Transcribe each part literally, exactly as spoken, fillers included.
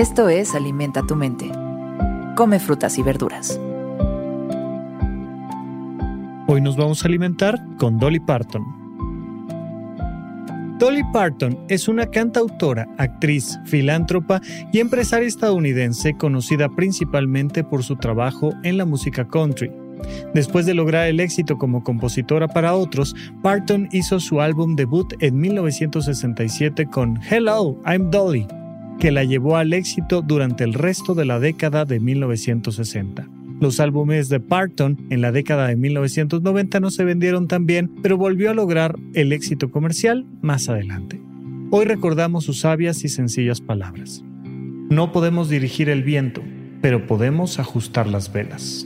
Esto es Alimenta tu mente. Come frutas y verduras. Hoy nos vamos a alimentar con Dolly Parton. Dolly Parton es una cantautora, actriz, filántropa y empresaria estadounidense conocida principalmente por su trabajo en la música country. Después de lograr el éxito como compositora para otros, Parton hizo su álbum debut en mil novecientos sesenta y siete con Hello, I'm Dolly, que la llevó al éxito durante el resto de la década de mil novecientos sesenta. Los álbumes de Parton en la década de mil novecientos noventa no se vendieron tan bien, pero volvió a lograr el éxito comercial más adelante. Hoy recordamos sus sabias y sencillas palabras. No podemos dirigir el viento, pero podemos ajustar las velas.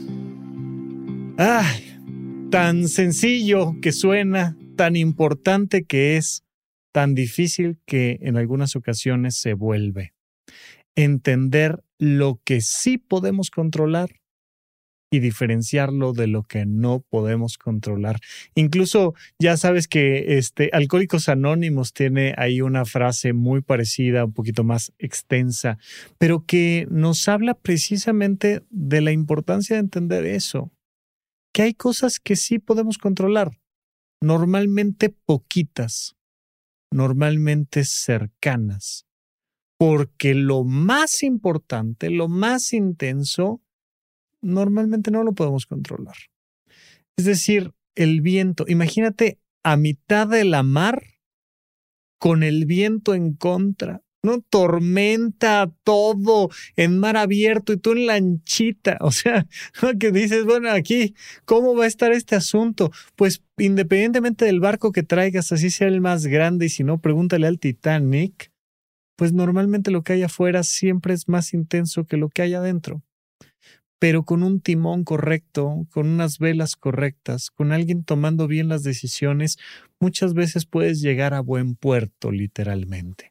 ¡Ay! Tan sencillo que suena, tan importante que es, tan difícil que en algunas ocasiones se vuelve. Entender lo que sí podemos controlar y diferenciarlo de lo que no podemos controlar. Incluso ya sabes que este, Alcohólicos Anónimos tiene ahí una frase muy parecida, un poquito más extensa, pero que nos habla precisamente de la importancia de entender eso, que hay cosas que sí podemos controlar, normalmente poquitas, normalmente cercanas, porque lo más importante, lo más intenso, normalmente no lo podemos controlar. Es decir, el viento. Imagínate a mitad de la mar con el viento en contra, ¿no? Tormenta, todo en mar abierto y tú en lanchita. O sea, que dices, bueno, aquí, ¿cómo va a estar este asunto? Pues independientemente del barco que traigas, así sea el más grande, y si no, pregúntale al Titanic, pues normalmente lo que hay afuera siempre es más intenso que lo que hay adentro. Pero con un timón correcto, con unas velas correctas, con alguien tomando bien las decisiones, muchas veces puedes llegar a buen puerto, literalmente.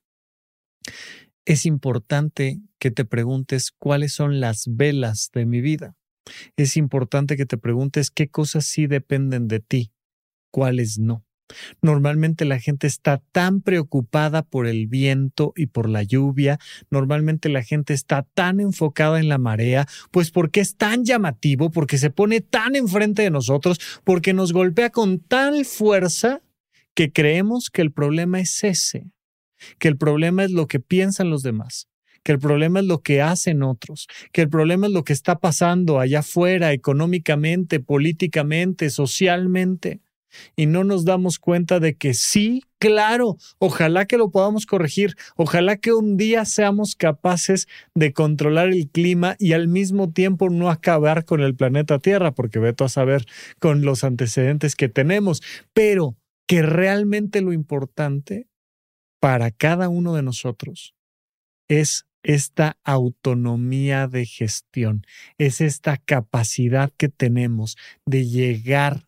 Es importante que te preguntes cuáles son las velas de mi vida. Es importante que te preguntes qué cosas sí dependen de ti, cuáles no. Normalmente la gente está tan preocupada por el viento y por la lluvia, normalmente la gente está tan enfocada en la marea, pues porque es tan llamativo, porque se pone tan enfrente de nosotros, porque nos golpea con tal fuerza que creemos que el problema es ese, que el problema es lo que piensan los demás, que el problema es lo que hacen otros, que el problema es lo que está pasando allá afuera, económicamente, políticamente, socialmente. Y no nos damos cuenta de que sí, claro, ojalá que lo podamos corregir, ojalá que un día seamos capaces de controlar el clima y al mismo tiempo no acabar con el planeta Tierra, porque vete a saber con los antecedentes que tenemos, pero que realmente lo importante para cada uno de nosotros es esta autonomía de gestión, es esta capacidad que tenemos de llegar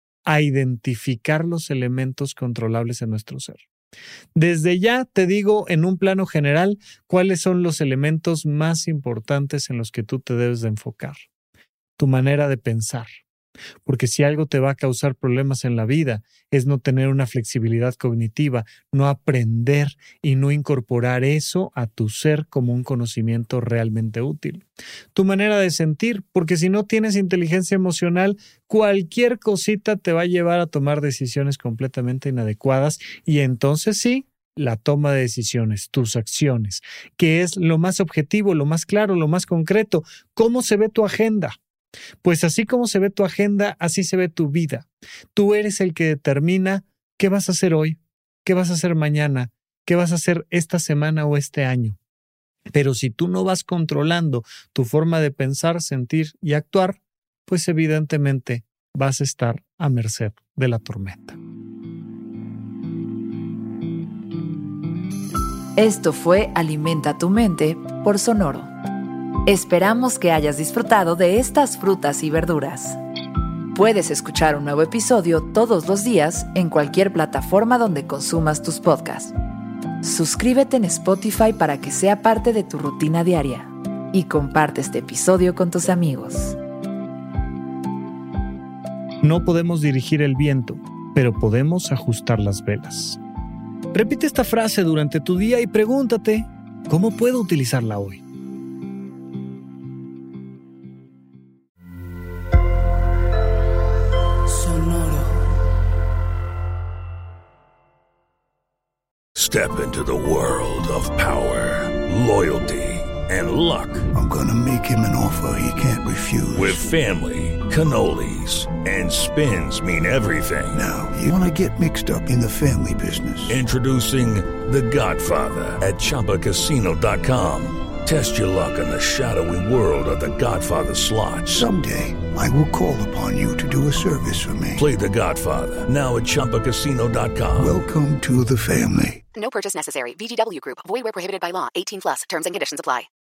a identificar los elementos controlables en nuestro ser. Desde ya te digo en un plano general cuáles son los elementos más importantes en los que tú te debes de enfocar. Tu manera de pensar. Porque si algo te va a causar problemas en la vida es no tener una flexibilidad cognitiva, no aprender y no incorporar eso a tu ser como un conocimiento realmente útil. Tu manera de sentir, porque si no tienes inteligencia emocional, cualquier cosita te va a llevar a tomar decisiones completamente inadecuadas y entonces sí, la toma de decisiones, tus acciones, que es lo más objetivo, lo más claro, lo más concreto. ¿Cómo se ve tu agenda? Pues así como se ve tu agenda, así se ve tu vida. Tú eres el que determina qué vas a hacer hoy, qué vas a hacer mañana, qué vas a hacer esta semana o este año. Pero si tú no vas controlando tu forma de pensar, sentir y actuar, pues evidentemente vas a estar a merced de la tormenta. Esto fue Alimenta tu mente por Sonoro. Esperamos que hayas disfrutado de estas frutas y verduras. Puedes escuchar un nuevo episodio todos los días en cualquier plataforma donde consumas tus podcasts. Suscríbete en Spotify para que sea parte de tu rutina diaria y comparte este episodio con tus amigos. No podemos dirigir el viento, pero podemos ajustar las velas. Repite esta frase durante tu día y pregúntate, ¿cómo puedo utilizarla hoy? Step into the world of power, loyalty, and luck. I'm gonna make him an offer he can't refuse. With family, cannolis, and spins mean everything. Now, you wanna get mixed up in the family business. Introducing The Godfather at Chumba Casino dot com. Test your luck in the shadowy world of The Godfather slot. Someday, I will call upon you to do a service for me. Play The Godfather, now at Chumba Casino dot com. Welcome to the family. No purchase necessary. V G W Group. Void where prohibited by law. eighteen plus. Terms and conditions apply.